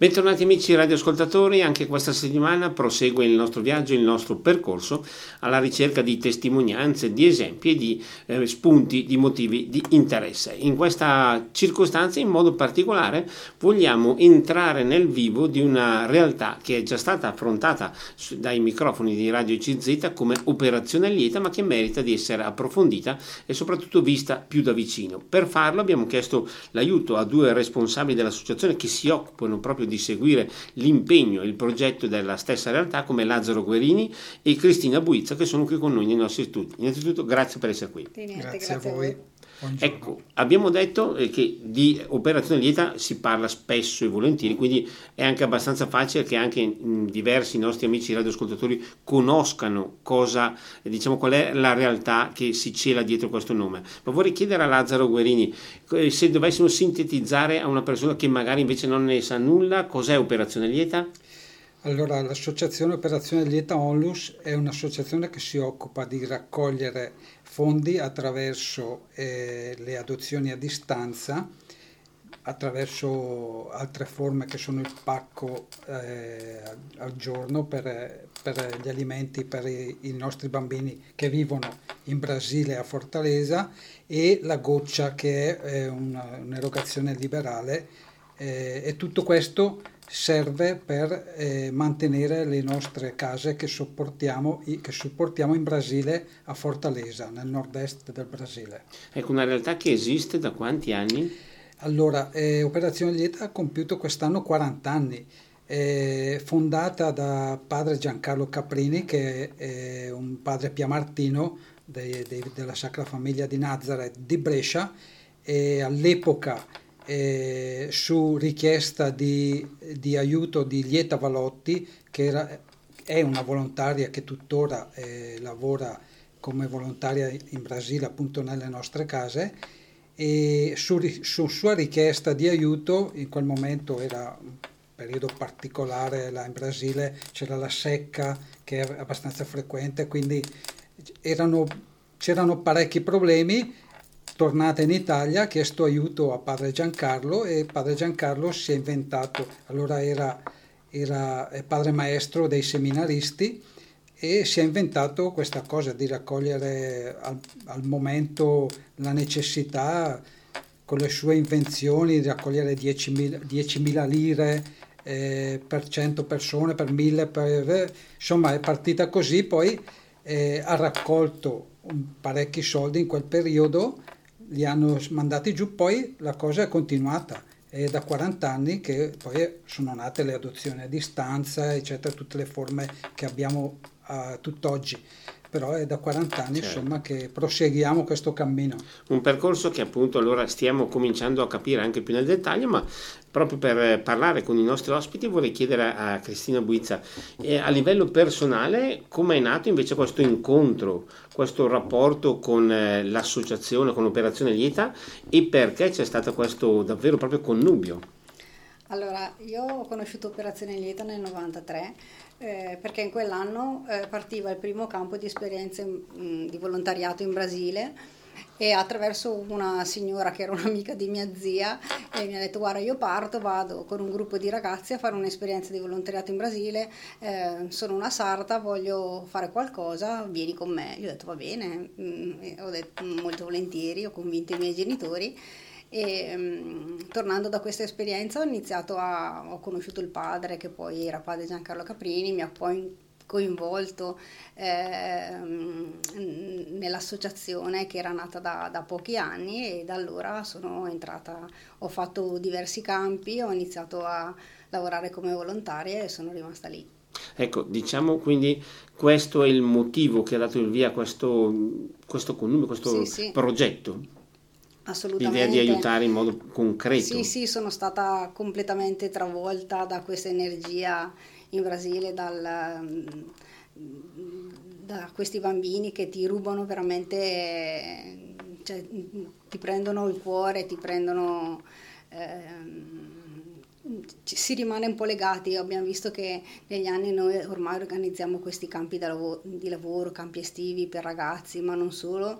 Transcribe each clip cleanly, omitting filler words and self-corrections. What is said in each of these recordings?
Bentornati amici radioascoltatori, anche questa settimana prosegue il nostro viaggio, il nostro percorso alla ricerca di testimonianze, di esempi e di spunti, di motivi di interesse. In questa circostanza, in modo particolare, vogliamo entrare nel vivo di una realtà che è già stata affrontata dai microfoni di Radio CZ come operazione lieta, ma che merita di essere approfondita e soprattutto vista più da vicino. Per farlo abbiamo chiesto l'aiuto a due responsabili dell'associazione che si occupano proprio di seguire l'impegno e il progetto della stessa realtà, come Lazzaro Guerini e Cristina Buizza, che sono qui con noi nei nostri studi. Innanzitutto grazie per essere qui. Grazie a voi. Buongiorno. Ecco, abbiamo detto che di operazione lieta si parla spesso e volentieri, quindi è anche abbastanza facile che anche diversi nostri amici radioascoltatori conoscano cosa, diciamo, qual è la realtà che si cela dietro questo nome. Ma vorrei chiedere a Lazzaro Guerini, se dovessimo sintetizzare a una persona che magari invece non ne sa nulla, cos'è operazione lieta? Allora, l'associazione Operazione Lieta Onlus è un'associazione che si occupa di raccogliere fondi attraverso le adozioni a distanza, attraverso altre forme che sono il pacco al giorno per gli alimenti per i nostri bambini che vivono in Brasile a Fortaleza, e la goccia, che è un'erogazione liberale, e tutto questo serve per mantenere le nostre case che supportiamo in Brasile, a Fortaleza, nel nord-est del Brasile. Ecco, una realtà che esiste da quanti anni? Allora, Operazione Lieta ha compiuto quest'anno 40 anni, fondata da padre Giancarlo Caprini, che è un padre piamartino della Sacra Famiglia di Nazareth di Brescia, e all'epoca su richiesta di aiuto di Lieta Valotti, che è una volontaria che tuttora lavora come volontaria in Brasile, appunto nelle nostre case, e su sua richiesta di aiuto, in quel momento era un periodo particolare là in Brasile, c'era la secca che è abbastanza frequente, quindi c'erano parecchi problemi. Tornata in Italia, ha chiesto aiuto a padre Giancarlo, e padre Giancarlo si è inventato, allora era padre maestro dei seminaristi, e si è inventato questa cosa di raccogliere al momento la necessità, con le sue invenzioni, di raccogliere 10.000 lire per 100 persone, per 1.000, insomma è partita così. Poi ha raccolto parecchi soldi in quel periodo, li hanno mandati giù, poi la cosa è continuata. È da 40 anni che poi sono nate le adozioni a distanza, eccetera, tutte le forme che abbiamo tutt'oggi. Però è da 40 anni, certo, insomma, che proseguiamo questo cammino. Un percorso che appunto allora stiamo cominciando a capire anche più nel dettaglio, ma proprio per parlare con i nostri ospiti vorrei chiedere a Cristina Buizza, a livello personale, come è nato invece questo incontro, questo rapporto con l'associazione, con Operazione Lieta, e perché c'è stato questo davvero proprio connubio? Allora, io ho conosciuto Operazione Lieta nel 93, perché in quell'anno partiva il primo campo di esperienze di volontariato in Brasile, e attraverso una signora che era un'amica di mia zia, e mi ha detto: guarda, io vado con un gruppo di ragazzi a fare un'esperienza di volontariato in Brasile, sono una sarda, voglio fare qualcosa, vieni con me. Io ho detto va bene, ho detto molto volentieri, ho convinto i miei genitori. E tornando da questa esperienza ho conosciuto il padre, che poi era padre Giancarlo Caprini, mi ha poi coinvolto nell'associazione, che era nata da pochi anni, e da allora sono entrata, ho fatto diversi campi, ho iniziato a lavorare come volontaria e sono rimasta lì. Ecco, diciamo quindi questo è il motivo che ha dato il via a questo connubio, questo sì. progetto. Assolutamente. L'idea di aiutare in modo concreto. Sì, sono stata completamente travolta da questa energia in Brasile, da questi bambini che ti rubano veramente, cioè, ti prendono il cuore, si rimane un po' legati. Abbiamo visto che negli anni noi ormai organizziamo questi campi di lavoro, campi estivi per ragazzi, ma non solo.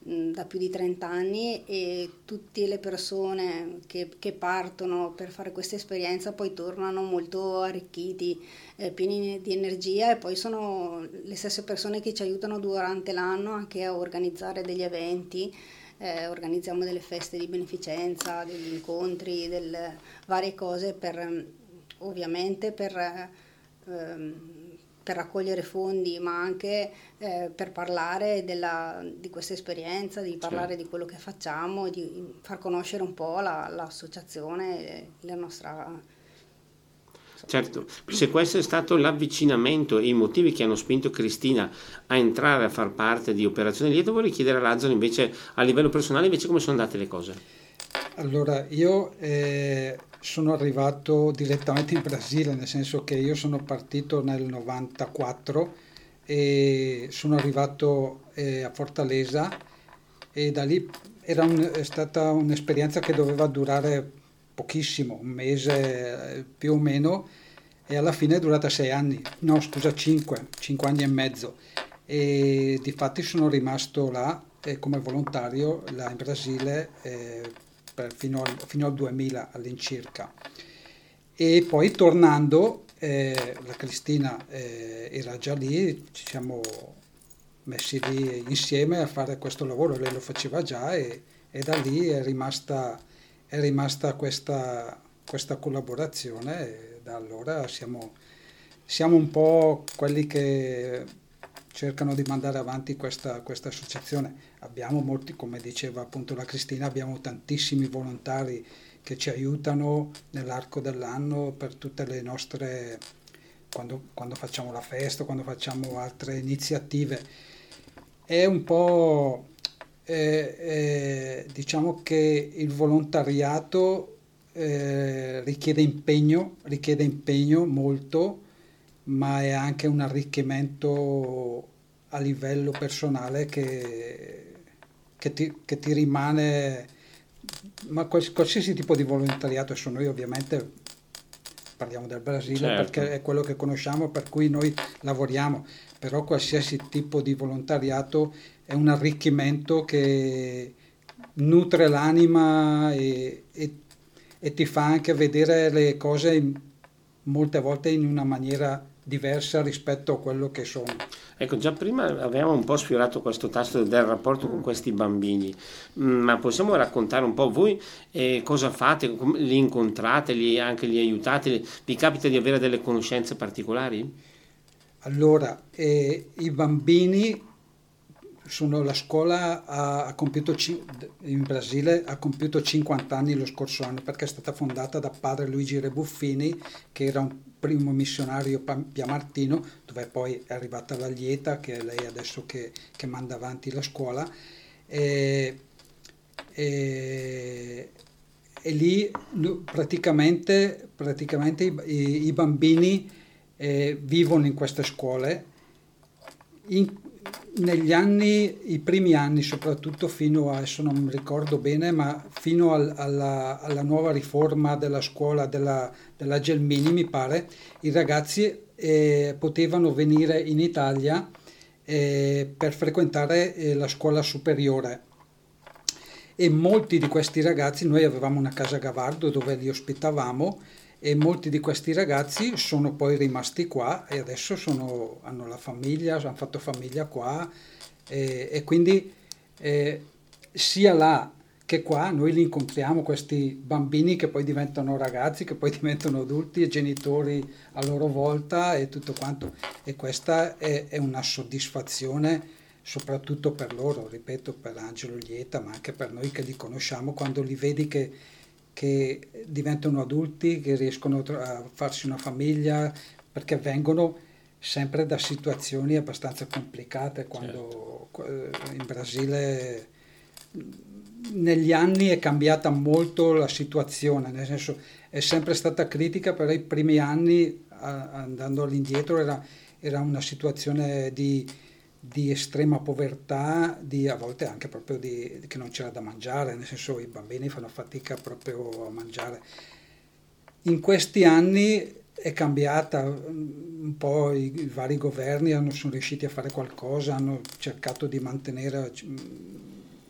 da più di 30 anni, e tutte le persone che partono per fare questa esperienza poi tornano molto arricchiti, pieni di energia, e poi sono le stesse persone che ci aiutano durante l'anno anche a organizzare degli eventi. Organizziamo delle feste di beneficenza, degli incontri, delle varie cose ovviamente per raccogliere fondi, ma anche per parlare di questa esperienza, di parlare di quello che facciamo, di far conoscere un po' l'associazione, la nostra... Certo, se questo è stato l'avvicinamento e i motivi che hanno spinto Cristina a entrare a far parte di Operazione Lieto, vorrei chiedere a Lazzaro invece a livello personale invece come sono andate le cose. Allora, io sono arrivato direttamente in Brasile, nel senso che io sono partito nel 94 e sono arrivato a Fortaleza, e da lì è stata un'esperienza che doveva durare pochissimo, un mese più o meno, e alla fine è durata 6 anni, no scusa 5 anni e mezzo, e difatti sono rimasto là come volontario là in Brasile fino al 2000 all'incirca, e poi tornando la Cristina era già lì, ci siamo messi lì insieme a fare questo lavoro, lei lo faceva già, e da lì è rimasta questa collaborazione, e da allora siamo un po' quelli che cercano di mandare avanti questa associazione. Abbiamo molti, come diceva appunto la Cristina, abbiamo tantissimi volontari che ci aiutano nell'arco dell'anno per tutte le nostre, quando facciamo la festa, quando facciamo altre iniziative. È un po'... diciamo che il volontariato richiede impegno molto, ma è anche un arricchimento a livello personale che ti rimane, ma qualsiasi tipo di volontariato. Adesso noi ovviamente parliamo del Brasile, certo, perché è quello che conosciamo, per cui noi lavoriamo, però qualsiasi tipo di volontariato è un arricchimento che nutre l'anima e ti fa anche vedere le cose molte volte in una maniera diversa rispetto a quello che sono. Ecco, già prima avevamo un po' sfiorato questo tasto del rapporto con questi bambini, ma possiamo raccontare un po' voi cosa fate, li incontrate, anche li aiutate, vi capita di avere delle conoscenze particolari? Allora, i bambini la scuola ha compiuto in Brasile ha compiuto 50 anni lo scorso anno, perché è stata fondata da padre Luigi Rebuffini, che era un primo missionario piamartino, dove poi è arrivata la Lieta, che è lei adesso che manda avanti la scuola, e lì praticamente i bambini vivono in queste scuole. Negli anni, i primi anni soprattutto, fino a, adesso non mi ricordo bene, ma fino alla nuova riforma della scuola della Gelmini, mi pare, i ragazzi potevano venire in Italia per frequentare la scuola superiore, e molti di questi ragazzi, noi avevamo una casa Gavardo dove li ospitavamo, e molti di questi ragazzi sono poi rimasti qua e adesso hanno la famiglia, hanno fatto famiglia qua, e quindi sia là che qua noi li incontriamo, questi bambini che poi diventano ragazzi, che poi diventano adulti e genitori a loro volta e tutto quanto, e questa è una soddisfazione soprattutto per loro, ripeto, per Angelo Lieta, ma anche per noi che li conosciamo, quando li vedi che diventano adulti, che riescono a farsi una famiglia, perché vengono sempre da situazioni abbastanza complicate. Quando in Brasile negli anni è cambiata molto la situazione, nel senso è sempre stata critica, però i primi anni, andando all'indietro, era una situazione di estrema povertà, a volte anche proprio che non c'era da mangiare, nel senso i bambini fanno fatica proprio a mangiare. In questi anni è cambiata un po', i vari governi sono riusciti a fare qualcosa, hanno cercato di mantenere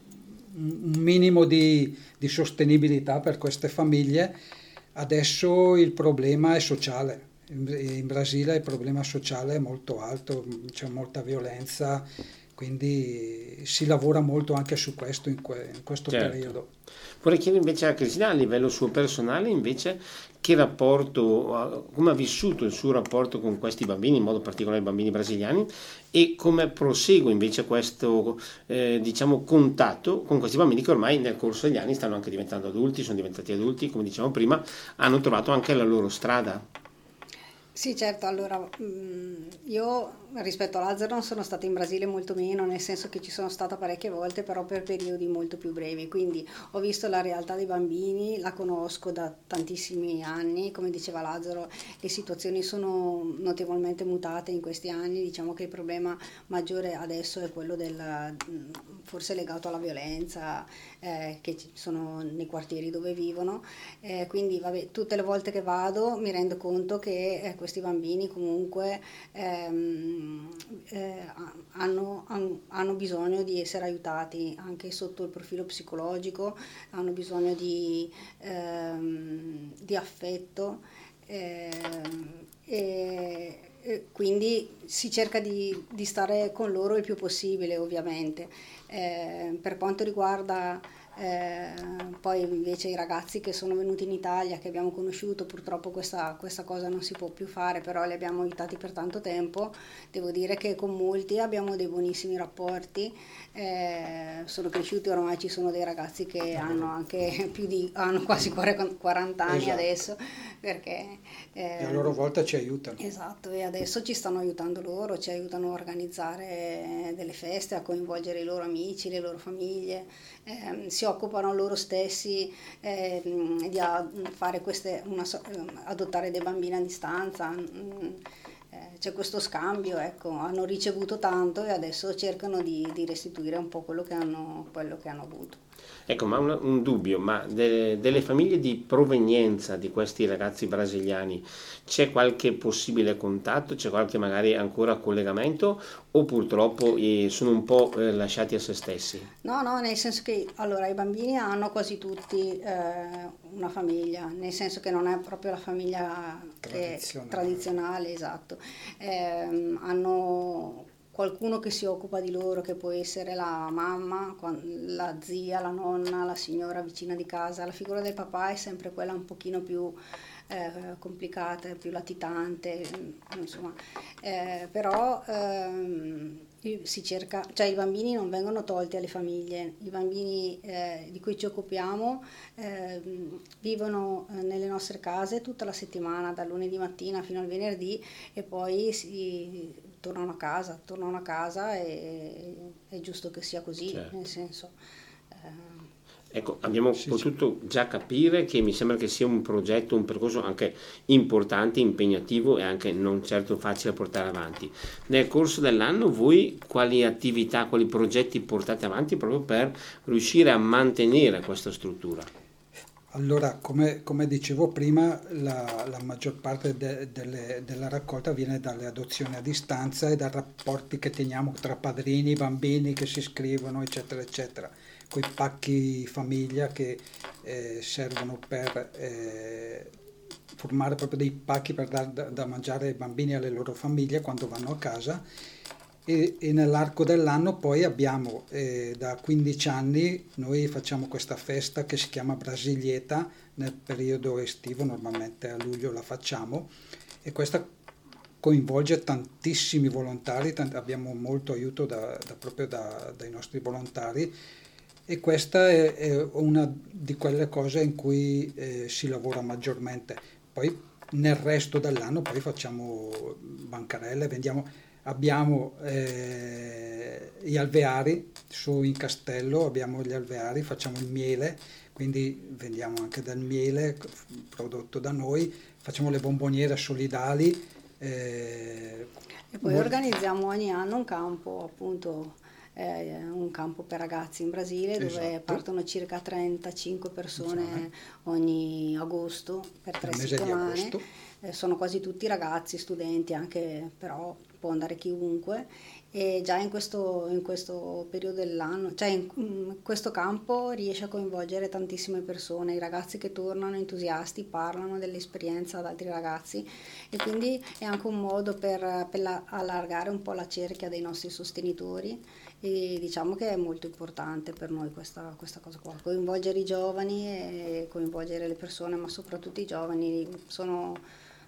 un minimo di sostenibilità per queste famiglie. Adesso il problema è sociale. In Brasile il problema sociale è molto alto, c'è molta violenza, quindi si lavora molto anche su questo in questo Certo. periodo. Vorrei chiedere invece a Cristina, a livello suo personale, invece, che rapporto, come ha vissuto il suo rapporto con questi bambini, in modo particolare i bambini brasiliani, e come prosegue invece questo, diciamo, contatto con questi bambini che ormai nel corso degli anni stanno anche diventando adulti, sono diventati adulti, come dicevamo prima, hanno trovato anche la loro strada. Sì, certo, allora io rispetto a Lazzaro sono stata in Brasile molto meno, nel senso che ci sono stata parecchie volte, però per periodi molto più brevi, quindi ho visto la realtà dei bambini, la conosco da tantissimi anni, come diceva Lazzaro, le situazioni sono notevolmente mutate in questi anni, diciamo che il problema maggiore adesso è quello forse legato alla violenza che ci sono nei quartieri dove vivono, quindi vabbè, tutte le volte che vado mi rendo conto che questi bambini comunque hanno bisogno di essere aiutati anche sotto il profilo psicologico, hanno bisogno di affetto e quindi si cerca di stare con loro il più possibile, ovviamente. Per quanto riguarda poi invece i ragazzi che sono venuti in Italia, che abbiamo conosciuto, purtroppo questa cosa non si può più fare, però li abbiamo aiutati per tanto tempo. Devo dire che con molti abbiamo dei buonissimi rapporti, sono cresciuti, ormai ci sono dei ragazzi che hanno anche hanno quasi 40 anni. Esatto. Adesso, perché e a loro volta ci aiutano. Esatto, e adesso ci stanno aiutando loro, ci aiutano a organizzare delle feste, a coinvolgere i loro amici, le loro famiglie, si occupano loro stessi di fare adottare dei bambini a distanza. C'è questo scambio, ecco, hanno ricevuto tanto e adesso cercano di restituire un po' quello che hanno avuto. Ecco, ma un dubbio, ma delle famiglie di provenienza di questi ragazzi brasiliani c'è qualche possibile contatto, c'è qualche magari ancora collegamento o purtroppo sono un po' lasciati a se stessi? No, nel senso che allora i bambini hanno quasi tutti una famiglia, nel senso che non è proprio la famiglia tradizionale, esatto. Hanno qualcuno che si occupa di loro, che può essere la mamma, la zia, la nonna, la signora vicina di casa. La figura del papà è sempre quella un pochino più complicata, più latitante, insomma, però si cerca, cioè i bambini non vengono tolti alle famiglie, i bambini di cui ci occupiamo vivono nelle nostre case tutta la settimana, dal lunedì mattina fino al venerdì, e poi tornano a casa e è giusto che sia così, certo. Nel senso... Ecco, abbiamo potuto già capire che mi sembra che sia un progetto, un percorso anche importante, impegnativo e anche non certo facile da portare avanti. Nel corso dell'anno voi quali attività, quali progetti portate avanti proprio per riuscire a mantenere questa struttura? Allora, come dicevo prima, la maggior parte della raccolta viene dalle adozioni a distanza e dai rapporti che teniamo tra padrini, bambini che si iscrivono, eccetera, eccetera. Quei pacchi famiglia che servono per formare proprio dei pacchi per dar da mangiare ai bambini e alle loro famiglie quando vanno a casa. E nell'arco dell'anno poi abbiamo da 15 anni noi facciamo questa festa che si chiama Brasilieta nel periodo estivo, normalmente a luglio la facciamo, e questa coinvolge tantissimi volontari, abbiamo molto aiuto proprio dai nostri volontari, e questa è una di quelle cose in cui si lavora maggiormente. Poi nel resto dell'anno poi facciamo bancarelle, abbiamo gli alveari su in castello, abbiamo gli alveari, facciamo il miele, quindi vendiamo anche del miele prodotto da noi, facciamo le bomboniere solidali. E poi organizziamo ogni anno un campo, appunto, un campo per ragazzi in Brasile, dove esatto. Partono circa 35 persone ogni agosto per 3 settimane. Sono quasi tutti ragazzi, studenti anche, però può andare chiunque, e già in questo periodo dell'anno, cioè in questo campo riesce a coinvolgere tantissime persone, i ragazzi che tornano entusiasti, parlano dell'esperienza ad altri ragazzi, e quindi è anche un modo per allargare un po' la cerchia dei nostri sostenitori, e diciamo che è molto importante per noi questa cosa qua, coinvolgere i giovani e coinvolgere le persone, ma soprattutto i giovani sono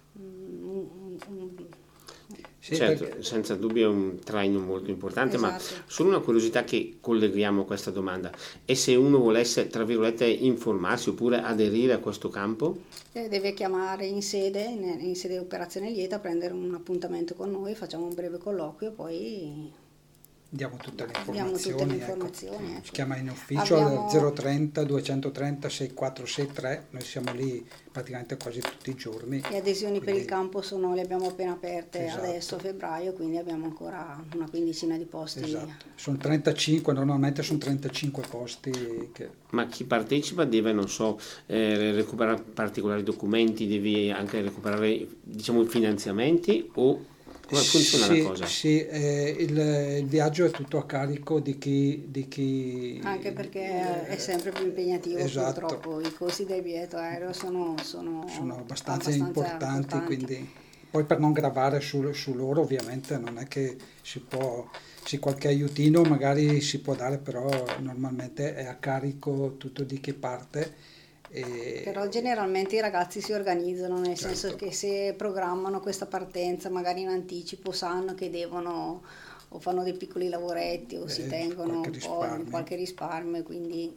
sì, certo, senza dubbio è un traino molto importante, esatto. Ma solo una curiosità che colleghiamo a questa domanda: e se uno volesse, tra virgolette, informarsi oppure aderire a questo campo? Deve chiamare in sede Operazione Lieta, prendere un appuntamento con noi, facciamo un breve colloquio e poi diamo tutte le informazioni. Si chiama in ufficio al 030 230 6463, noi siamo lì praticamente quasi tutti i giorni. Le adesioni per il campo le abbiamo appena aperte, esatto. Adesso a febbraio, quindi abbiamo ancora una quindicina di posti. Esatto. Sono 35, normalmente sono 35 posti. Ma chi partecipa deve, non so, recuperare particolari documenti, devi anche recuperare, diciamo, finanziamenti, o come funziona la cosa? Sì, il viaggio è tutto a carico di chi... Anche perché è sempre più impegnativo, esatto. Purtroppo. I costi del biglietto aereo sono abbastanza importanti, quindi poi per non gravare su loro ovviamente non è che qualche aiutino magari si può dare, però normalmente è a carico tutto di chi parte. Però generalmente i ragazzi si organizzano, nel senso che se programmano questa partenza magari in anticipo, sanno che devono, o fanno dei piccoli lavoretti o si tengono un po' qualche risparmio, quindi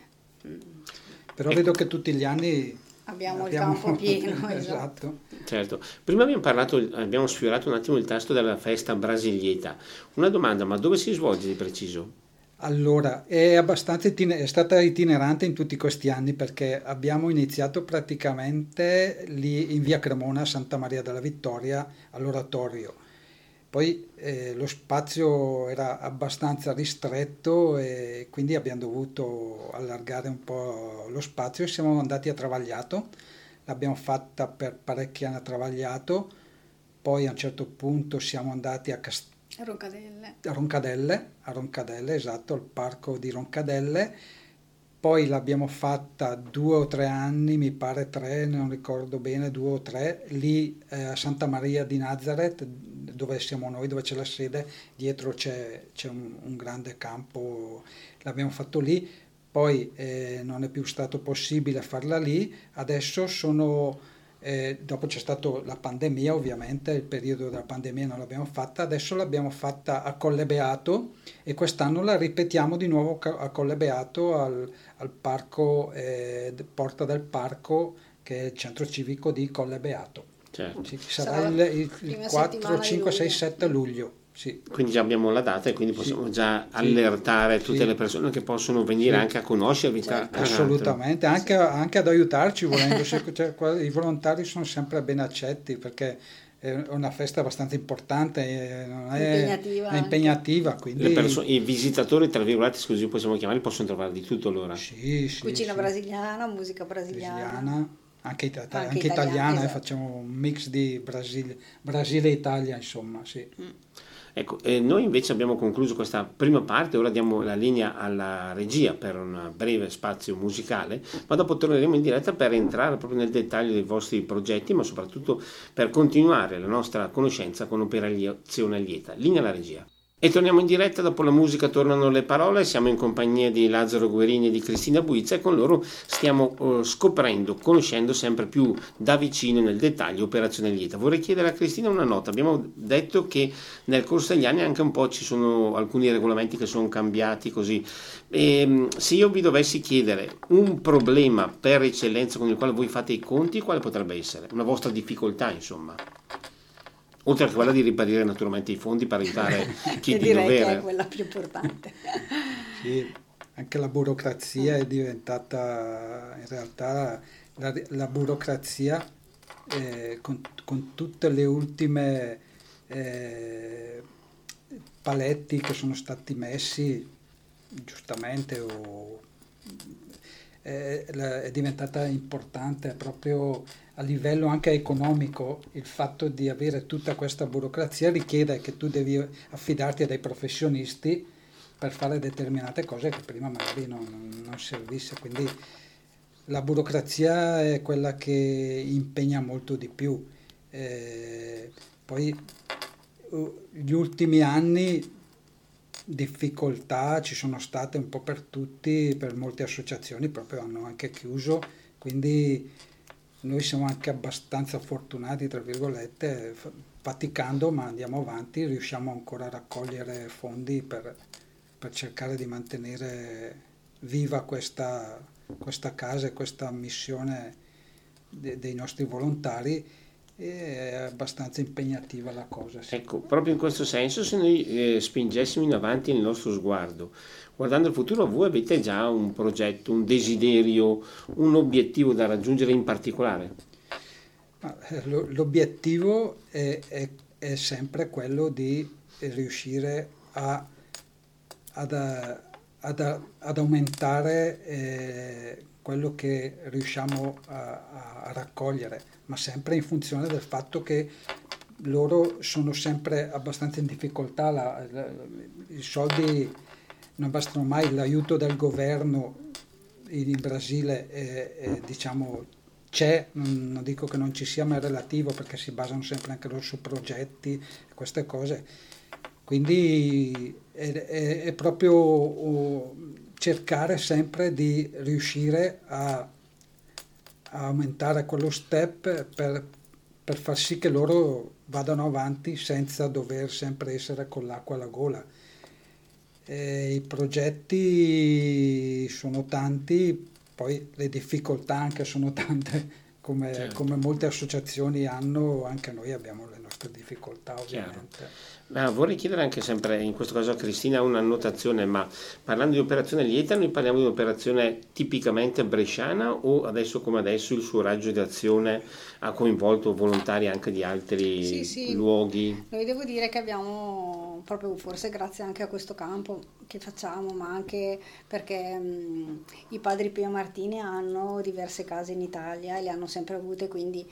però vedo che tutti gli anni abbiamo il campo pieno. Esatto. Certo. Prima abbiamo sfiorato un attimo il tasto della festa brasilieta. Una domanda: ma dove si svolge di preciso? Allora, è stata itinerante in tutti questi anni, perché abbiamo iniziato praticamente lì in via Cremona, Santa Maria della Vittoria, all'oratorio. Poi lo spazio era abbastanza ristretto e quindi abbiamo dovuto allargare un po' lo spazio e siamo andati a Travagliato. L'abbiamo fatta per parecchi anni a Travagliato, poi a un certo punto siamo andati a Roncadelle, esatto, al parco di Roncadelle. Poi l'abbiamo fatta 2 o 3 anni, mi pare 3, non ricordo bene, 2 o 3, lì a Santa Maria di Nazareth, dove siamo noi, dove c'è la sede, dietro c'è un grande campo, l'abbiamo fatto lì. Poi non è più stato possibile farla lì, adesso dopo c'è stata la pandemia, ovviamente, il periodo della pandemia non l'abbiamo fatta, adesso l'abbiamo fatta a Colle Beato e quest'anno la ripetiamo di nuovo a Colle Beato al parco, Porta del Parco, che è il centro civico di Colle Beato. Certo. Sarà il 4, 5, 6, 7 luglio. Sì. Quindi già abbiamo la data e quindi possiamo già allertare tutte le persone che possono venire anche a conoscervi. Certo. Assolutamente, anche ad aiutarci volendo. I volontari sono sempre ben accetti, perché è una festa abbastanza importante, non è impegnativa, quindi i visitatori, tra virgolette, così possiamo chiamarli, possono trovare di tutto allora. Cucina brasiliana, musica brasiliana. Anche italiana, esatto. Facciamo un mix di Brasile e Italia, insomma, sì. Ecco, noi invece abbiamo concluso questa prima parte, ora diamo la linea alla regia per un breve spazio musicale, ma dopo torneremo in diretta per entrare proprio nel dettaglio dei vostri progetti, ma soprattutto per continuare la nostra conoscenza con Operazione Lieta. Linea alla regia. E torniamo in diretta, dopo la musica tornano le parole, siamo in compagnia di Lazzaro Guerini e di Cristina Buizza e con loro stiamo conoscendo sempre più da vicino nel dettaglio Operazione Lieta. Vorrei chiedere a Cristina una nota: abbiamo detto che nel corso degli anni anche un po' ci sono alcuni regolamenti che sono cambiati così, se io vi dovessi chiedere un problema per eccellenza con il quale voi fate i conti, quale potrebbe essere? Una vostra difficoltà, insomma? Oltre a quella di riparire naturalmente i fondi per aiutare chi di dovere. Direi che è quella più importante. Sì, anche la burocrazia è diventata, in realtà, la burocrazia con tutte le ultime paletti che sono stati messi, giustamente, è diventata importante proprio a livello anche economico il fatto di avere tutta questa burocrazia richiede che tu devi affidarti a dei professionisti per fare determinate cose che prima magari non servisse, quindi la burocrazia è quella che impegna molto di più. Poi gli ultimi anni difficoltà ci sono state un po' per tutti, per molte associazioni proprio hanno anche chiuso, quindi noi siamo anche abbastanza fortunati, tra virgolette, faticando ma andiamo avanti, riusciamo ancora a raccogliere fondi per cercare di mantenere viva questa casa e questa missione dei nostri volontari. È abbastanza impegnativa la cosa. Sì. Ecco, proprio in questo senso, se noi spingessimo in avanti il nostro sguardo, guardando il futuro, voi avete già un progetto, un desiderio, un obiettivo da raggiungere in particolare? L'obiettivo è sempre quello di riuscire ad aumentare quello che riusciamo a raccogliere, ma sempre in funzione del fatto che loro sono sempre abbastanza in difficoltà, i soldi non bastano mai, l'aiuto del governo in Brasile diciamo c'è, non dico che non ci sia, ma è relativo perché si basano sempre anche loro su progetti, queste cose, quindi è proprio cercare sempre di riuscire a aumentare quello step per far sì che loro vadano avanti senza dover sempre essere con l'acqua alla gola. I progetti sono tanti, poi le difficoltà anche sono tante, come molte associazioni hanno, anche noi abbiamo le nostre difficoltà ovviamente. Ma vorrei chiedere anche sempre, in questo caso a Cristina, una annotazione, ma parlando di operazione lieta, noi parliamo di un'operazione tipicamente bresciana o adesso come adesso il suo raggio di azione ha coinvolto volontari anche di altri luoghi? Noi devo dire che abbiamo, proprio forse grazie anche a questo campo che facciamo, ma anche perché i padri Pio Martini hanno diverse case in Italia e le hanno sempre avute, quindi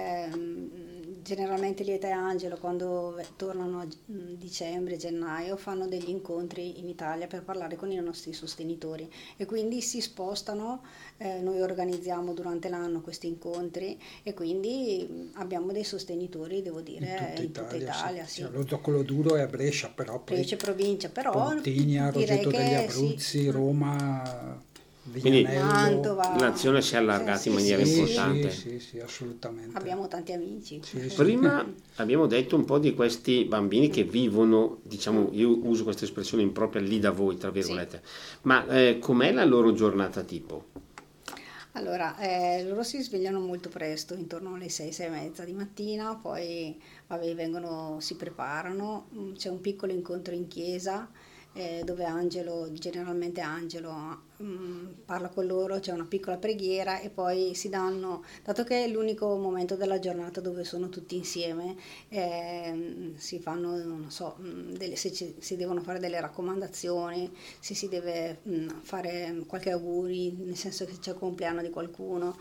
generalmente Lieta e Angelo quando tornano a dicembre, gennaio fanno degli incontri in Italia per parlare con i nostri sostenitori e quindi si spostano, noi organizziamo durante l'anno questi incontri e quindi abbiamo dei sostenitori, devo dire, in tutta Italia. Sì. Lo zoccolo duro è a Brescia, però poi Brescia provincia, però Pontigna, Roseto degli Abruzzi, Roma, quindi Mantova. L'azione si è allargata in maniera importante. Sì, assolutamente. Abbiamo tanti amici. Prima abbiamo detto un po' di questi bambini che vivono, diciamo, io uso questa espressione impropria lì da voi, tra virgolette, ma com'è la loro giornata tipo? Allora, loro si svegliano molto presto, intorno alle 6, 6 e mezza di mattina, poi si preparano, c'è un piccolo incontro in chiesa dove generalmente Angelo parla con loro, c'è una piccola preghiera e poi si danno, dato che è l'unico momento della giornata dove sono tutti insieme, si fanno, non so, se si devono fare delle raccomandazioni, se si deve fare qualche auguri, nel senso che c'è il compleanno di qualcuno.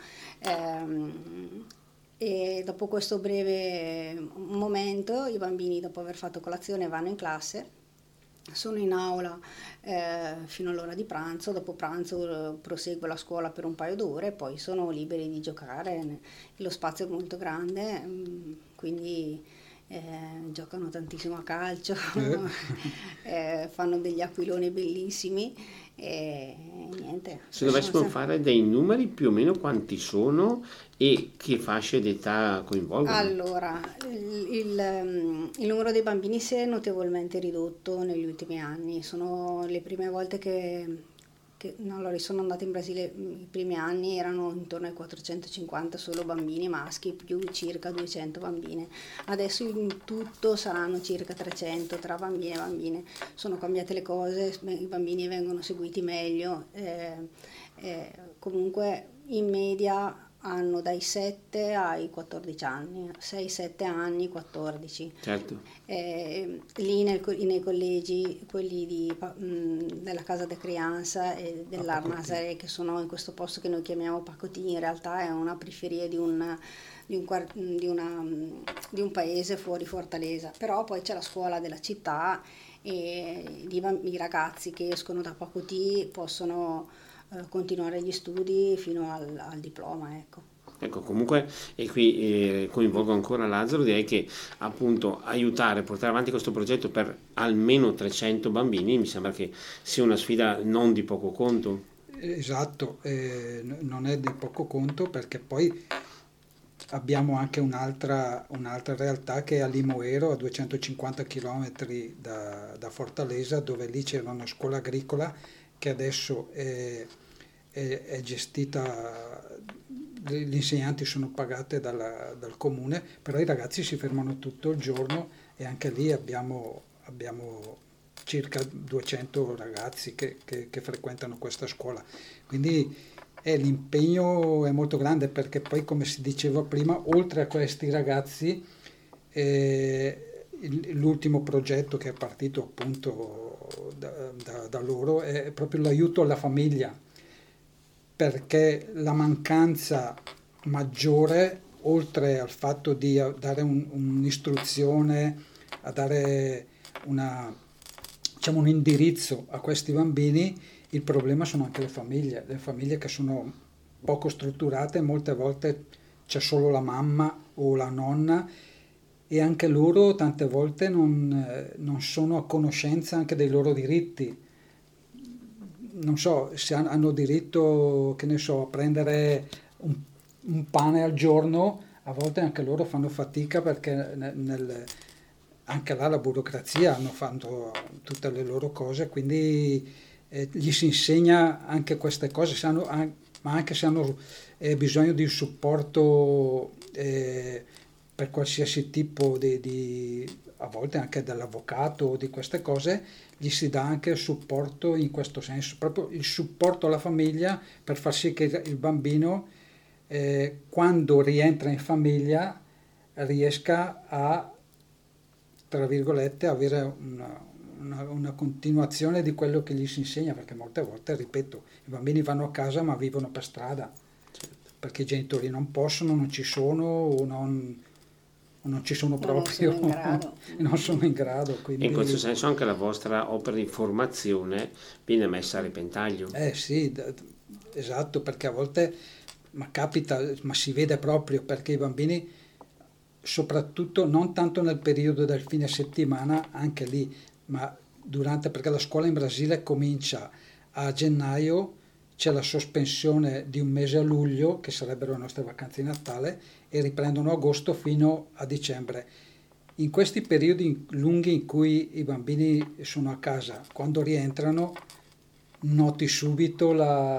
E dopo questo breve momento i bambini, dopo aver fatto colazione, vanno in classe. Sono in aula fino all'ora di pranzo, dopo pranzo prosegue la scuola per un paio d'ore e poi sono liberi di giocare, lo spazio è molto grande, quindi giocano tantissimo a calcio, fanno degli aquiloni bellissimi e niente. Se dovessimo fare dei numeri, più o meno quanti sono e che fasce d'età coinvolgono? Allora, il numero dei bambini si è notevolmente ridotto negli ultimi anni. Sono le prime volte allora, sono andata in Brasile, i primi anni erano intorno ai 450 solo bambini maschi, più circa 200 bambine. Adesso in tutto saranno circa 300 tra bambini e bambine. Sono cambiate le cose, i bambini vengono seguiti meglio. Comunque in media hanno dai 7 ai 14 anni, 6-7 anni, 14. Certo. Lì nei collegi, quelli della Casa de Crianza e dell'Arnasare, che sono in questo posto che noi chiamiamo Pacotì, in realtà è una periferia di un paese fuori Fortaleza, però poi c'è la scuola della città e i ragazzi che escono da Pacotì possono continuare gli studi fino al diploma, ecco. Ecco, comunque, e qui coinvolgo ancora Lazzaro, direi che appunto aiutare, portare avanti questo progetto per almeno 300 bambini mi sembra che sia una sfida non di poco conto. Esatto, non è di poco conto, perché poi abbiamo anche un'altra realtà che è a Limoero, a 250 km da Fortaleza, dove lì c'era una scuola agricola che adesso è gestita, gli insegnanti sono pagate dal comune, però i ragazzi si fermano tutto il giorno e anche lì abbiamo circa 200 ragazzi che frequentano questa scuola. Quindi l'impegno è molto grande, perché poi, come si diceva prima, oltre a questi ragazzi, l'ultimo progetto che è partito appunto da loro è proprio l'aiuto alla famiglia, perché la mancanza maggiore, oltre al fatto di dare un'istruzione, a dare un indirizzo a questi bambini, il problema sono anche le famiglie che sono poco strutturate, molte volte c'è solo la mamma o la nonna, e anche loro tante volte non sono a conoscenza anche dei loro diritti. Non so, se hanno diritto, che ne so, a prendere un pane al giorno, a volte anche loro fanno fatica, perché anche là la burocrazia hanno fatto tutte le loro cose, quindi gli si insegna anche queste cose, ma anche se hanno bisogno di un supporto per qualsiasi tipo a volte anche dell'avvocato o di queste cose, gli si dà anche il supporto in questo senso, proprio il supporto alla famiglia, per far sì che il bambino quando rientra in famiglia riesca a, tra virgolette, avere una continuazione di quello che gli si insegna, perché molte volte, ripeto, i bambini vanno a casa ma vivono per strada, perché i genitori non possono, non ci sono o non ci sono proprio, non sono in grado. Quindi... In questo senso anche la vostra opera di formazione viene messa a repentaglio. Sì, esatto, perché a volte capita, ma si vede proprio, perché i bambini, soprattutto non tanto nel periodo del fine settimana, anche lì, ma perché la scuola in Brasile comincia a gennaio, c'è la sospensione di un mese a luglio, che sarebbero le nostre vacanze di Natale, e riprendono agosto fino a dicembre. In questi periodi lunghi in cui i bambini sono a casa, quando rientrano, noti subito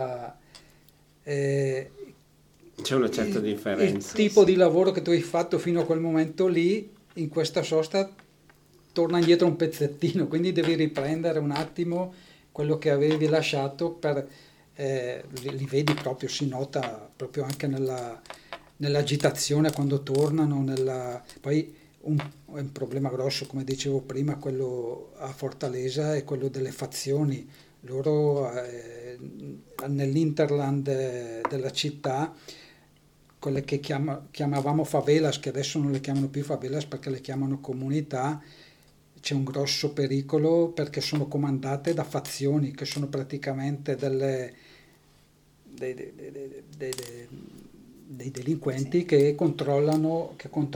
c'è una certa differenza. Il tipo di lavoro che tu hai fatto fino a quel momento lì, in questa sosta, torna indietro un pezzettino, quindi devi riprendere un attimo quello che avevi lasciato li vedi proprio, si nota proprio anche nell'agitazione quando tornano, poi un problema grosso, come dicevo prima, quello a Fortaleza, è quello delle fazioni. Loro nell'interland della città, quelle che chiamavamo favelas, che adesso non le chiamano più favelas perché le chiamano comunità, c'è un grosso pericolo, perché sono comandate da fazioni che sono praticamente dei delinquenti, sì, che controllano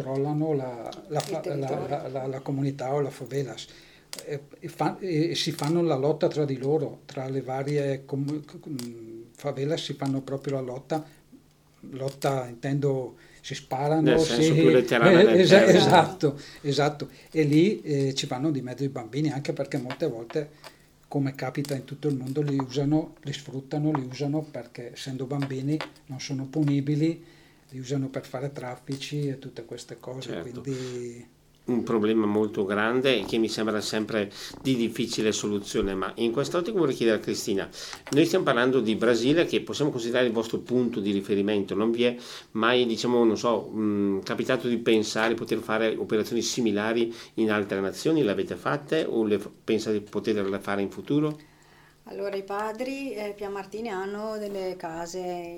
la comunità o la favelas, e si fanno la lotta tra di loro, tra le varie favelas si fanno proprio la lotta intendo, si sparano, nel senso più letterale del termine. Esatto, e lì ci vanno di mezzo i bambini, anche perché molte volte, come capita in tutto il mondo, li sfruttano, li usano perché, essendo bambini, non sono punibili, li usano per fare traffici e tutte queste cose. Certo. Quindi... un problema molto grande e che mi sembra sempre di difficile soluzione. Ma in quest'ottica vorrei chiedere a Cristina, noi stiamo parlando di Brasile, che possiamo considerare il vostro punto di riferimento, non vi è mai, diciamo, non so, capitato di pensare di poter fare operazioni similari in altre nazioni? Le avete fatte o pensate di poterle fare in futuro? Allora, i padri Piamartini hanno delle case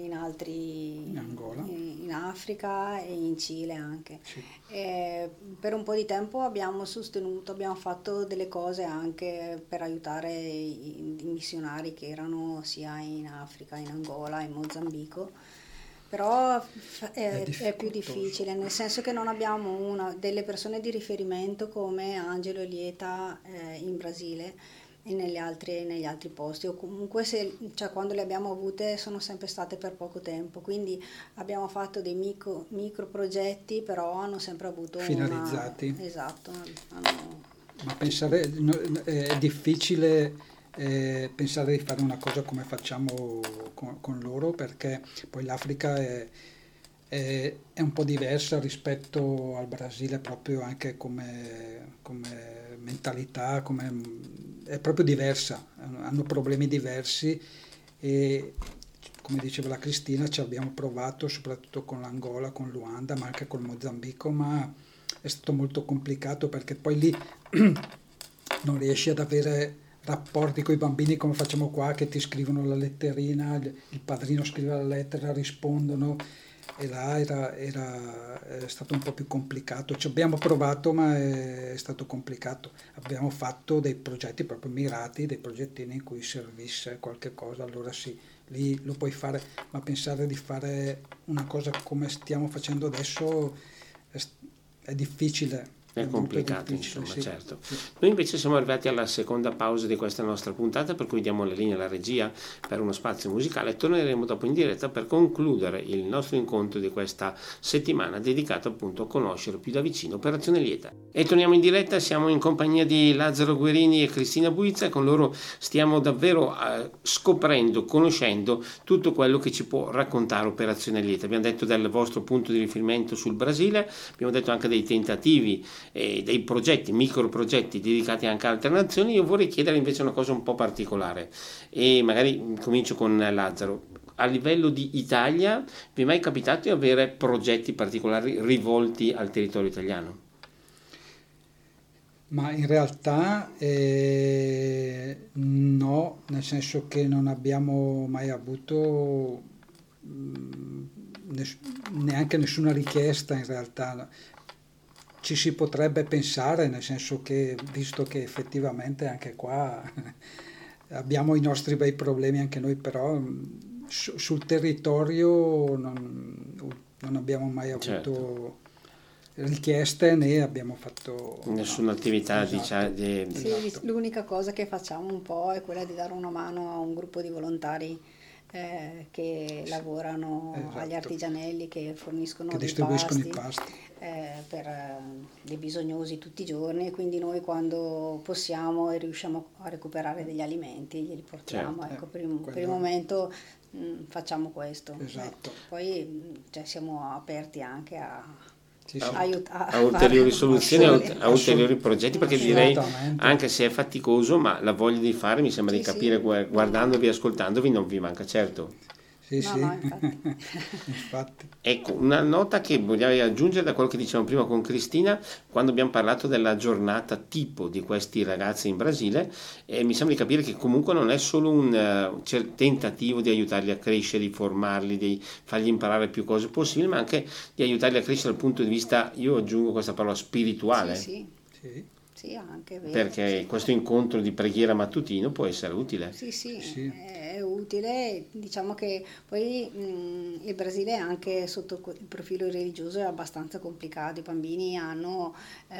in Angola, in Africa e in Cile anche. sì. Per un po' di tempo abbiamo fatto delle cose anche per aiutare i missionari che erano sia in Africa, in Angola, in Mozambico. Però è più difficile, nel senso che non abbiamo delle persone di riferimento come Angelo e Lieta in Brasile e negli altri posti, o comunque cioè, quando le abbiamo avute sono sempre state per poco tempo, quindi abbiamo fatto dei micro progetti, però hanno sempre avuto finalizzati. Esatto. Ma pensare, è difficile pensare di fare una cosa come facciamo con loro, perché poi l'Africa è un po' diversa rispetto al Brasile, proprio anche come mentalità, è proprio diversa, hanno problemi diversi e come diceva la Cristina ci abbiamo provato soprattutto con l'Angola, con Luanda, ma anche col Mozambico, ma è stato molto complicato perché poi lì non riesci ad avere rapporti con i bambini come facciamo qua, che ti scrivono la letterina, il padrino scrive la lettera, rispondono, e là è stato un po' più complicato. Ci abbiamo provato, ma è stato complicato. Abbiamo fatto dei progetti proprio mirati, dei progettini in cui servisse qualche cosa, allora sì, lì lo puoi fare, ma pensare di fare una cosa come stiamo facendo adesso è difficile. È complicato, insomma, sì. certo. Sì. Noi invece siamo arrivati alla seconda pausa di questa nostra puntata, per cui diamo la linea alla regia per uno spazio musicale. Torneremo dopo in diretta per concludere il nostro incontro di questa settimana dedicato appunto a conoscere più da vicino Operazione Lieta. E torniamo in diretta, siamo in compagnia di Lazzaro Guerini e Cristina Buizza, con loro stiamo davvero scoprendo, conoscendo tutto quello che ci può raccontare Operazione Lieta. Abbiamo detto del vostro punto di riferimento sul Brasile, abbiamo detto anche dei tentativi dei progetti, micro progetti dedicati anche a altre nazioni. Io vorrei chiedere invece una cosa un po' particolare e magari comincio con Lazzaro. A livello di Italia vi è mai capitato di avere progetti particolari rivolti al territorio italiano? Ma in realtà no, nel senso che non abbiamo mai avuto neanche nessuna richiesta in realtà. Ci si potrebbe pensare, nel senso che, visto che effettivamente anche qua abbiamo i nostri bei problemi anche noi, però sul territorio non abbiamo mai avuto Certo. richieste né abbiamo fatto Nessuna attività, esatto. Sì, Esatto. l'unica cosa che facciamo un po' è quella di dare una mano a un gruppo di volontari che lavorano Esatto. agli artigianelli, che forniscono Che dei distribuiscono i pasti pasti. per dei bisognosi tutti i giorni, e quindi noi quando possiamo e riusciamo a recuperare degli alimenti glieli portiamo. Certo. Ecco, per il Quello- momento facciamo questo. Esatto. Poi cioè, siamo aperti anche a Sì, sì. A ulteriori soluzioni, a ulteriori progetti, perché direi, Assolutamente. anche se è faticoso, ma la voglia di fare, mi sembra di Sì, capire, sì. guardandovi, ascoltandovi, non vi manca certo. Sì, No, sì. no, infatti. Infatti. Ecco, una nota che vogliamo aggiungere da quello che dicevamo prima con Cristina, quando abbiamo parlato della giornata tipo di questi ragazzi in Brasile, mi sembra di capire che comunque non è solo un tentativo di aiutarli a crescere, di formarli, di fargli imparare più cose possibili, ma anche di aiutarli a crescere dal punto di vista, io aggiungo questa parola, spirituale, Sì, Sì. sì, anche vero. perché Sì. questo incontro di preghiera mattutino può essere utile. Sì, sì, Sì. è utile. Diciamo che poi il Brasile anche sotto il profilo religioso è abbastanza complicato. I bambini hanno,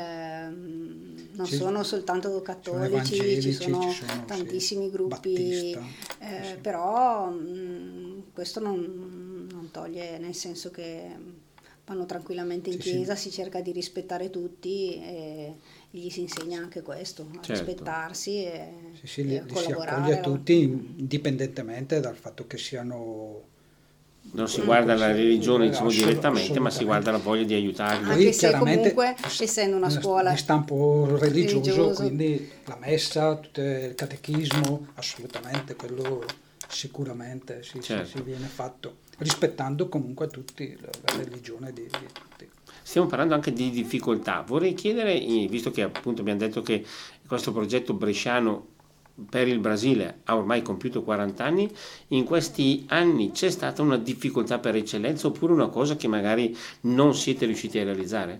non Sì. sono soltanto Sono cattolici, evangelici, ci sono sì. tantissimi gruppi, Battista. Sì. però questo non toglie, nel senso che vanno tranquillamente in Sì, sì. chiesa, si cerca di rispettare tutti e gli si insegna anche questo, a Certo. rispettarsi e, Sì, sì, e a li si collaborare. accoglie tutti indipendentemente dal fatto che siano Non si guarda la religione, diciamo, direttamente, ma si guarda la voglia di aiutarli. Anche se comunque, essendo una scuola di stampo religioso, quindi la messa, il catechismo, assolutamente, quello sicuramente si viene fatto, rispettando comunque tutti la religione di tutti. Stiamo parlando anche di difficoltà. Vorrei chiedere, visto che appunto abbiamo detto che questo progetto bresciano per il Brasile ha ormai compiuto 40 anni, in questi anni c'è stata una difficoltà per eccellenza oppure una cosa che magari non siete riusciti a realizzare?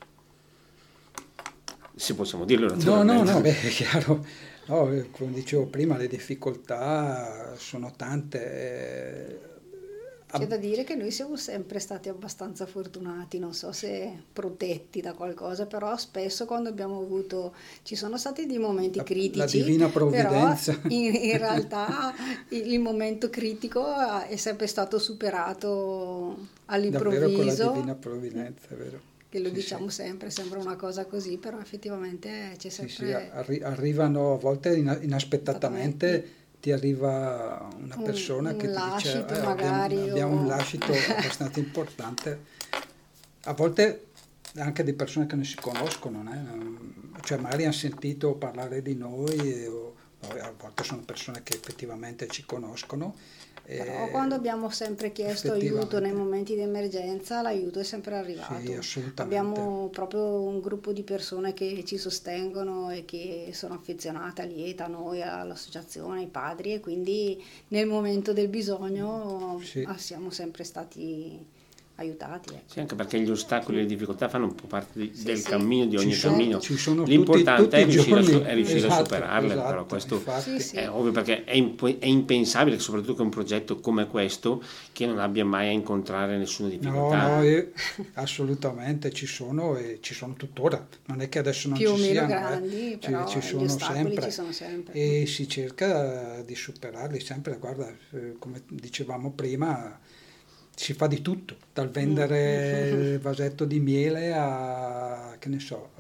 Se possiamo dirlo naturalmente. No, è chiaro. No, come dicevo prima, le difficoltà sono tante. C'è da dire che noi siamo sempre stati abbastanza fortunati, non so se protetti da qualcosa, però spesso quando abbiamo avuto, ci sono stati dei momenti critici, la divina provvidenza. Però in realtà il momento critico è sempre stato superato all'improvviso. Davvero con la divina provvidenza, è vero. Che lo diciamo sempre, sembra una cosa così, però effettivamente c'è sempre... Arrivano a volte inaspettatamente. Ti arriva una persona che ti dice abbiamo un lascito abbastanza importante, a volte anche di persone che non si conoscono, cioè magari hanno sentito parlare di noi, a volte sono persone che effettivamente ci conoscono. Però quando abbiamo sempre chiesto aiuto nei momenti di emergenza, l'aiuto è sempre arrivato. Sì, assolutamente. Abbiamo proprio un gruppo di persone che ci sostengono e che sono affezionate, liete a noi, all'associazione, ai padri, e quindi nel momento del bisogno siamo sempre stati aiutati. Ecco. Sì, anche perché gli ostacoli e le difficoltà fanno un po' parte del cammino, di ogni cammino. Ci sono l'importante tutti è riuscire a superarle, però questo è ovvio, perché è impensabile, soprattutto con un progetto come questo, che non abbia mai a incontrare nessuna difficoltà. No, assolutamente ci sono e ci sono tuttora, non è che adesso non più ci siano, grandi, però ci sono sempre. Ci sono sempre e si cerca di superarli sempre. Guarda, come dicevamo prima, si fa di tutto, dal vendere il vasetto di miele a, che ne so,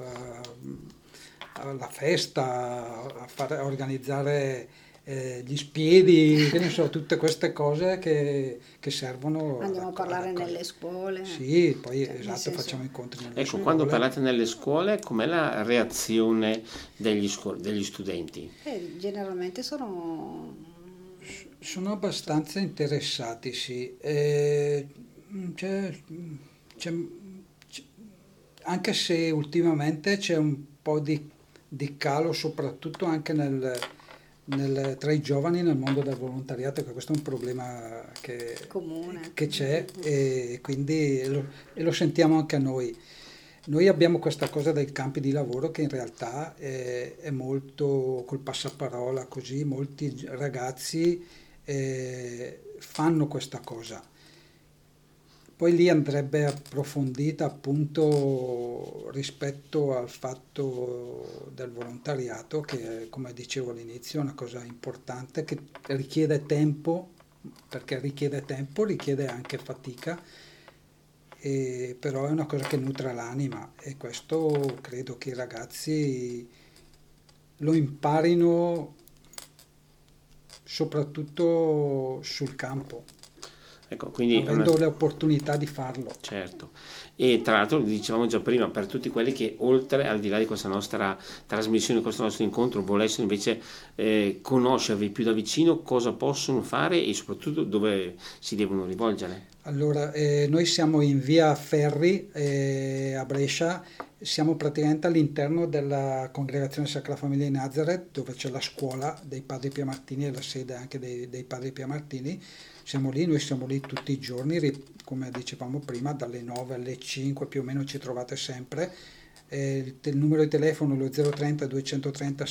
alla festa, a organizzare gli spiedi, che ne so, tutte queste cose che servono. Andiamo a parlare nelle scuole. Sì, poi facciamo incontri nelle scuole. Quando parlate nelle scuole, com'è la reazione degli studenti? Generalmente sono abbastanza interessati, sì. Anche se ultimamente c'è un po' di calo, soprattutto anche tra i giovani nel mondo del volontariato, che questo è un problema comune che c'è, e quindi lo sentiamo anche noi. Noi abbiamo questa cosa dei campi di lavoro che in realtà è molto col passaparola, così molti ragazzi fanno questa cosa. Poi lì andrebbe approfondita appunto rispetto al fatto del volontariato, che come dicevo all'inizio è una cosa importante, che richiede tempo, perché richiede anche fatica, però è una cosa che nutre l'anima, e questo credo che i ragazzi lo imparino soprattutto sul campo, ecco, quindi avendo le opportunità di farlo. Certo, e tra l'altro dicevamo già prima, per tutti quelli che oltre, al di là di questa nostra trasmissione, questo nostro incontro, volessero invece conoscervi più da vicino, cosa possono fare e soprattutto dove si devono rivolgere? Allora, noi siamo in via Ferri a Brescia, siamo praticamente all'interno della Congregazione Sacra Famiglia di Nazareth, dove c'è la scuola dei Padri Pia Martini e la sede anche dei Padri Pia Martini. Noi siamo lì tutti i giorni, come dicevamo prima, dalle 9 alle 5 più o meno ci trovate sempre. Il numero di telefono è lo 030 230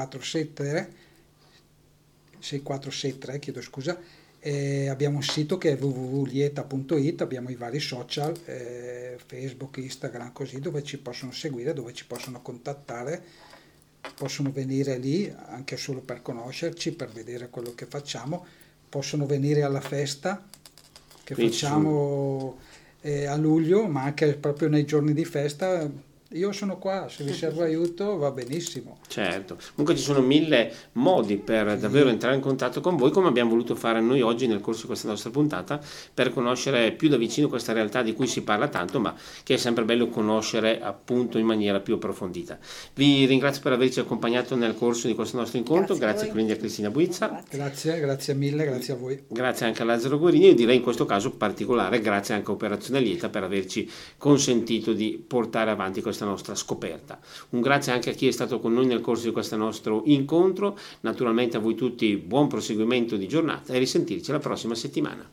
6463, chiedo scusa. Abbiamo un sito che è www.lieta.it, abbiamo i vari social, Facebook, Instagram, così, dove ci possono seguire, dove ci possono contattare, possono venire lì anche solo per conoscerci, per vedere quello che facciamo, possono venire alla festa che facciamo a luglio, ma anche proprio nei giorni di festa io sono qua, se vi serve aiuto va benissimo. Certo, comunque ci sono 1000 modi per davvero entrare in contatto con voi, come abbiamo voluto fare noi oggi nel corso di questa nostra puntata, per conoscere più da vicino questa realtà di cui si parla tanto, ma che è sempre bello conoscere appunto in maniera più approfondita. Vi ringrazio per averci accompagnato nel corso di questo nostro incontro, grazie quindi a Cristina Buizza. Grazie mille, grazie a voi. Grazie anche a Lazzaro Guerini e direi in questo caso particolare grazie anche a Operazione Lieta per averci consentito di portare avanti questa nostra scoperta. Un grazie anche a chi è stato con noi nel corso di questo nostro incontro, naturalmente a voi tutti buon proseguimento di giornata e risentirci la prossima settimana.